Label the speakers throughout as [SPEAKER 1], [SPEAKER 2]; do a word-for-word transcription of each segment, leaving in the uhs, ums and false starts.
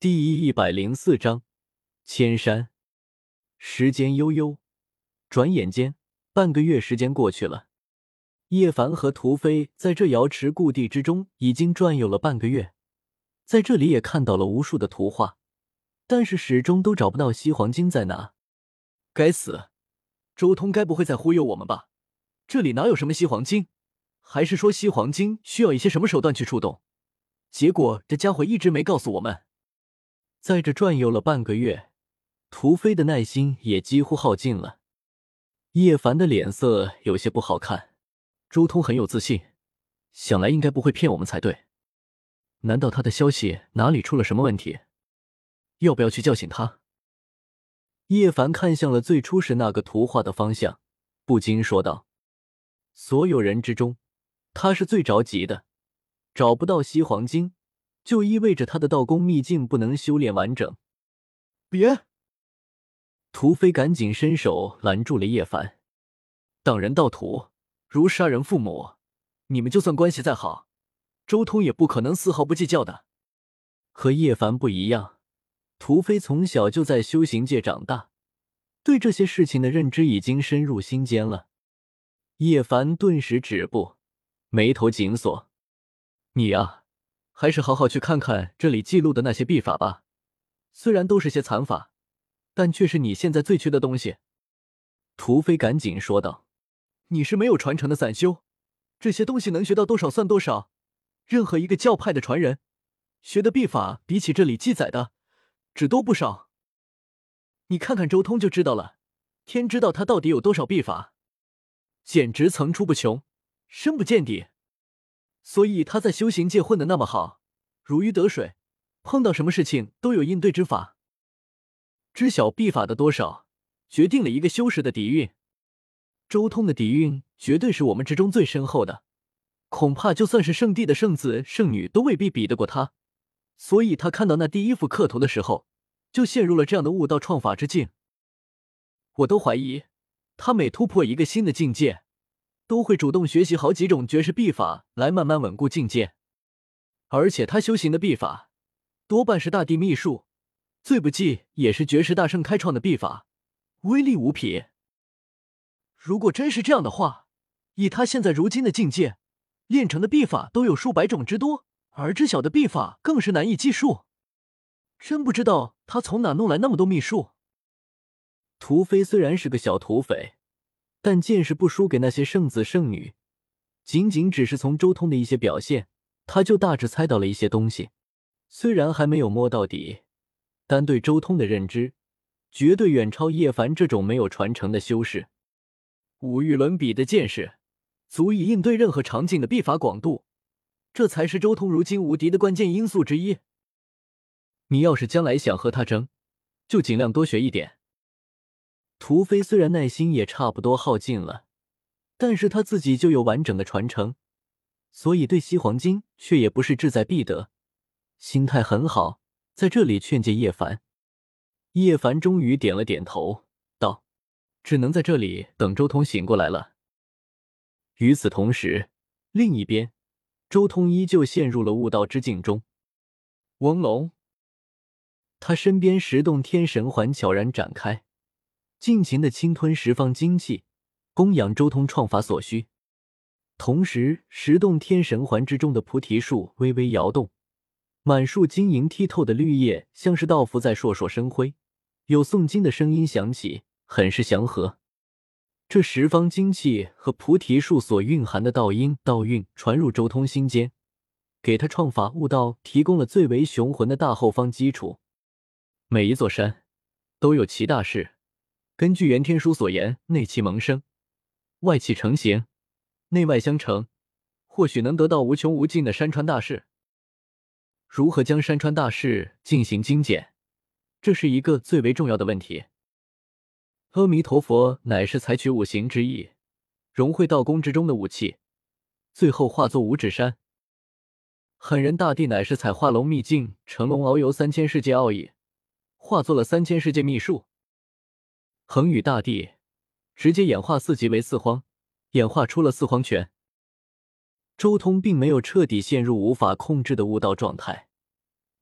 [SPEAKER 1] 第一百零四章千山。时间悠悠，转眼间半个月时间过去了。叶凡和屠飞在这瑶池故地之中已经转悠了半个月，在这里也看到了无数的图画，但是始终都找不到西黄金在哪。该死，周通该不会在忽悠我们吧？这里哪有什么西黄金？还是说西黄金需要一些什么手段去触动？结果这家伙一直没告诉我们。在这转悠了半个月，屠飞的耐心也几乎耗尽了。叶凡的脸色有些不好看，周通很有自信，想来应该不会骗我们才对。难道他的消息哪里出了什么问题？要不要去叫醒他？叶凡看向了最初时那个图画的方向，不禁说道。所有人之中，他是最着急的，找不到西黄金，就意味着他的道宫秘境不能修炼完整。别！屠飞赶紧伸手拦住了叶凡。当人盗土，如杀人父母，你们就算关系再好，周通也不可能丝毫不计较的。和叶凡不一样，屠飞从小就在修行界长大，对这些事情的认知已经深入心间了。叶凡顿时止步，眉头紧锁。你呀，还是好好去看看这里记录的那些秘法吧，虽然都是些残法，但却是你现在最缺的东西。屠飞赶紧说道。你是没有传承的散修，这些东西能学到多少算多少，任何一个教派的传人学的秘法比起这里记载的只多不少。你看看周通就知道了，天知道他到底有多少秘法，简直层出不穷，深不见底。所以他在修行界混得那么好，如鱼得水，碰到什么事情都有应对之法。知晓秘法的多少，决定了一个修士的底蕴。周通的底蕴绝对是我们之中最深厚的，恐怕就算是圣地的圣子圣女都未必比得过他。所以他看到那第一幅刻图的时候，就陷入了这样的悟道创法之境。我都怀疑，他每突破一个新的境界，都会主动学习好几种绝世秘法来慢慢稳固境界。而且他修行的秘法多半是大地秘术，最不济也是绝世大圣开创的秘法，威力无匹。如果真是这样的话，以他现在如今的境界，练成的秘法都有数百种之多，而知晓的秘法更是难以计数。真不知道他从哪弄来那么多秘术。屠飞虽然是个小土匪，但见识不输给那些圣子圣女，仅仅只是从周通的一些表现，他就大致猜到了一些东西。虽然还没有摸到底，但对周通的认知绝对远超叶凡这种没有传承的修士。无与伦比的见识，足以应对任何场景的秘法广度，这才是周通如今无敌的关键因素之一。你要是将来想和他争，就尽量多学一点。屠飞虽然耐心也差不多耗尽了，但是他自己就有完整的传承，所以对西黄金却也不是志在必得，心态很好，在这里劝诫叶凡。叶凡终于点了点头，道：只能在这里等周通醒过来了。与此同时，另一边，周通依旧陷入了悟道之境中。翁龙，他身边十洞天神环悄然展开，尽情地侵吞十方精气，供养周通创法所需。同时，十洞天神环之中的菩提树微微摇动，满树晶莹剔透的绿叶像是道符在烁烁生辉，有诵经的声音响起，很是祥和。这十方精气和菩提树所蕴含的道音道韵传入周通心间，给他创法悟道提供了最为雄浑的大后方基础。每一座山都有其大势，根据元天书所言，内气萌生，外气成形，内外相成，或许能得到无穷无尽的山川大势。如何将山川大势进行精简，这是一个最为重要的问题。阿弥陀佛乃是采取五行之意，融汇道宫之中的武器，最后化作五指山。狠人大帝乃是采化龙秘境，乘龙遨游三千世界奥义，化作了三千世界秘术。恒宇大帝直接演化四极为四荒，演化出了四荒拳。周通并没有彻底陷入无法控制的悟道状态，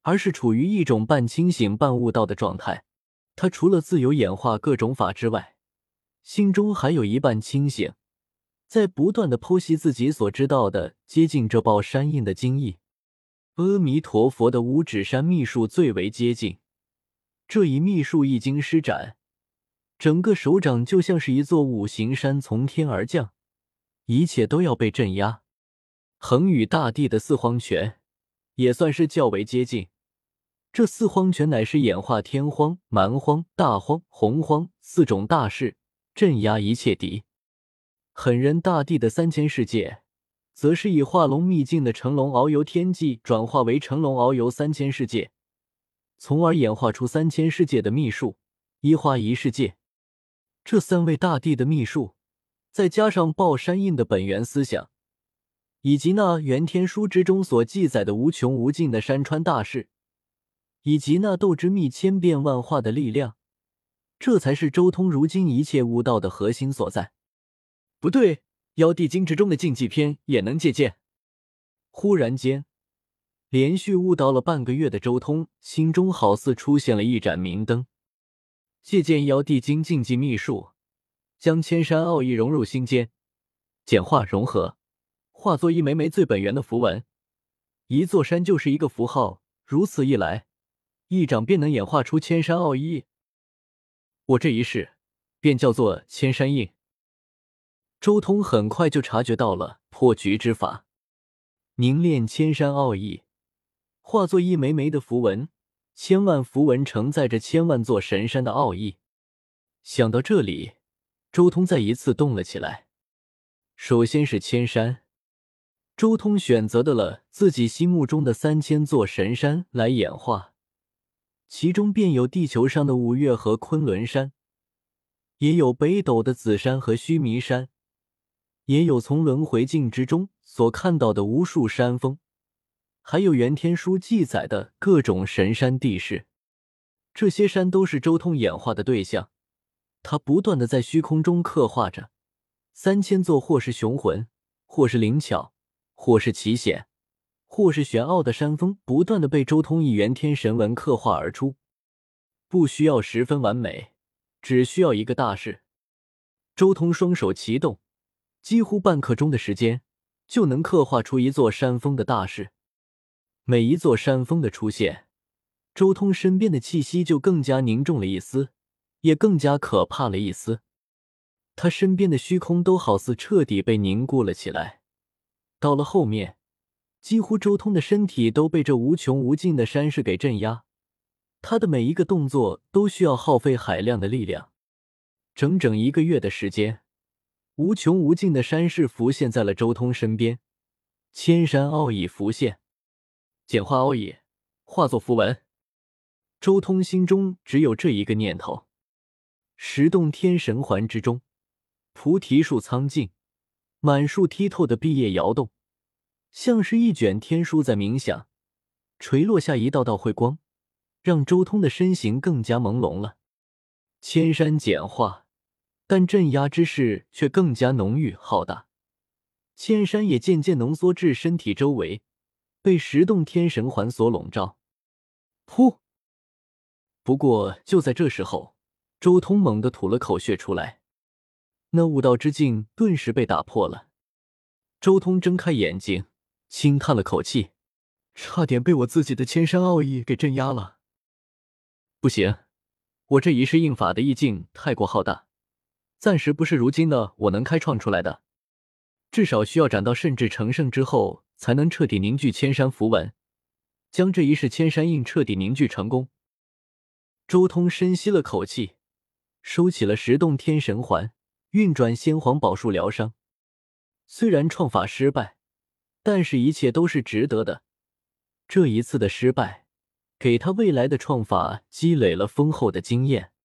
[SPEAKER 1] 而是处于一种半清醒半悟道的状态。他除了自由演化各种法之外，心中还有一半清醒，在不断的剖析自己所知道的接近这抱山印的经义。阿弥陀佛的五指山秘术最为接近，这一秘术一经施展，整个手掌就像是一座五行山从天而降，一切都要被镇压。恒宇大帝的四荒拳也算是较为接近，这四荒拳乃是演化天荒、蛮荒、大荒、洪荒四种大势，镇压一切敌。狠人大帝的三千世界则是以化龙秘境的成龙遨游天际转化为成龙遨游三千世界，从而演化出三千世界的秘术，一花一世界。这三位大帝的秘术，再加上抱山印的本源思想，以及那元天书之中所记载的无穷无尽的山川大势，以及那斗之秘千变万化的力量，这才是周通如今一切悟道的核心所在。不对，妖帝经之中的禁忌篇也能借鉴。忽然间，连续悟道了半个月的周通心中好似出现了一盏明灯。借鉴妖帝经禁忌秘术，将千山奥义融入心间，简化融合，化作一枚枚最本源的符文。一座山就是一个符号，如此一来，一掌便能演化出千山奥义。我这一试便叫做千山印。周通很快就察觉到了破局之法，凝练千山奥义，化作一枚枚的符文，千万符文承载着千万座神山的奥义。想到这里，周通再一次动了起来。首先是千山，周通选择的了自己心目中的三千座神山来演化，其中便有地球上的五岳和昆仑山，也有北斗的紫山和须弥山，也有从轮回境之中所看到的无数山峰，还有元天书记载的各种神山地势。这些山都是周通演化的对象，他不断的在虚空中刻画着三千座或是雄浑，或是灵巧，或是奇险，或是玄奥的山峰，不断的被周通以元天神纹刻画而出。不需要十分完美，只需要一个大势。周通双手齐动，几乎半刻钟的时间就能刻画出一座山峰的大势。每一座山峰的出现，周通身边的气息就更加凝重了一丝，也更加可怕了一丝。他身边的虚空都好似彻底被凝固了起来。到了后面，几乎周通的身体都被这无穷无尽的山势给镇压，他的每一个动作都需要耗费海量的力量。整整一个月的时间，无穷无尽的山势浮现在了周通身边，千山奥义浮现，简化奥义，化作符文。周通心中只有这一个念头。十洞天神环之中，菩提树苍劲，满树剔透的碧叶摇动，像是一卷天书在冥想，垂落下一道道慧光，让周通的身形更加朦胧了。千山简化，但镇压之势却更加浓郁浩大，千山也渐渐浓缩至身体周围，被十洞天神环所笼罩。噗！不过就在这时候，周通猛地吐了口血出来，那悟道之境顿时被打破了。周通睁开眼睛，轻叹了口气，差点被我自己的千山奥义给镇压了。不行，我这一世印法的意境太过浩大，暂时不是如今的我能开创出来的，至少需要斩到甚至成圣之后，才能彻底凝聚千山符文，将这一世千山印彻底凝聚成功。周通深吸了口气，收起了十洞天神环，运转先皇宝术疗伤。虽然创法失败，但是一切都是值得的。这一次的失败，给他未来的创法积累了丰厚的经验。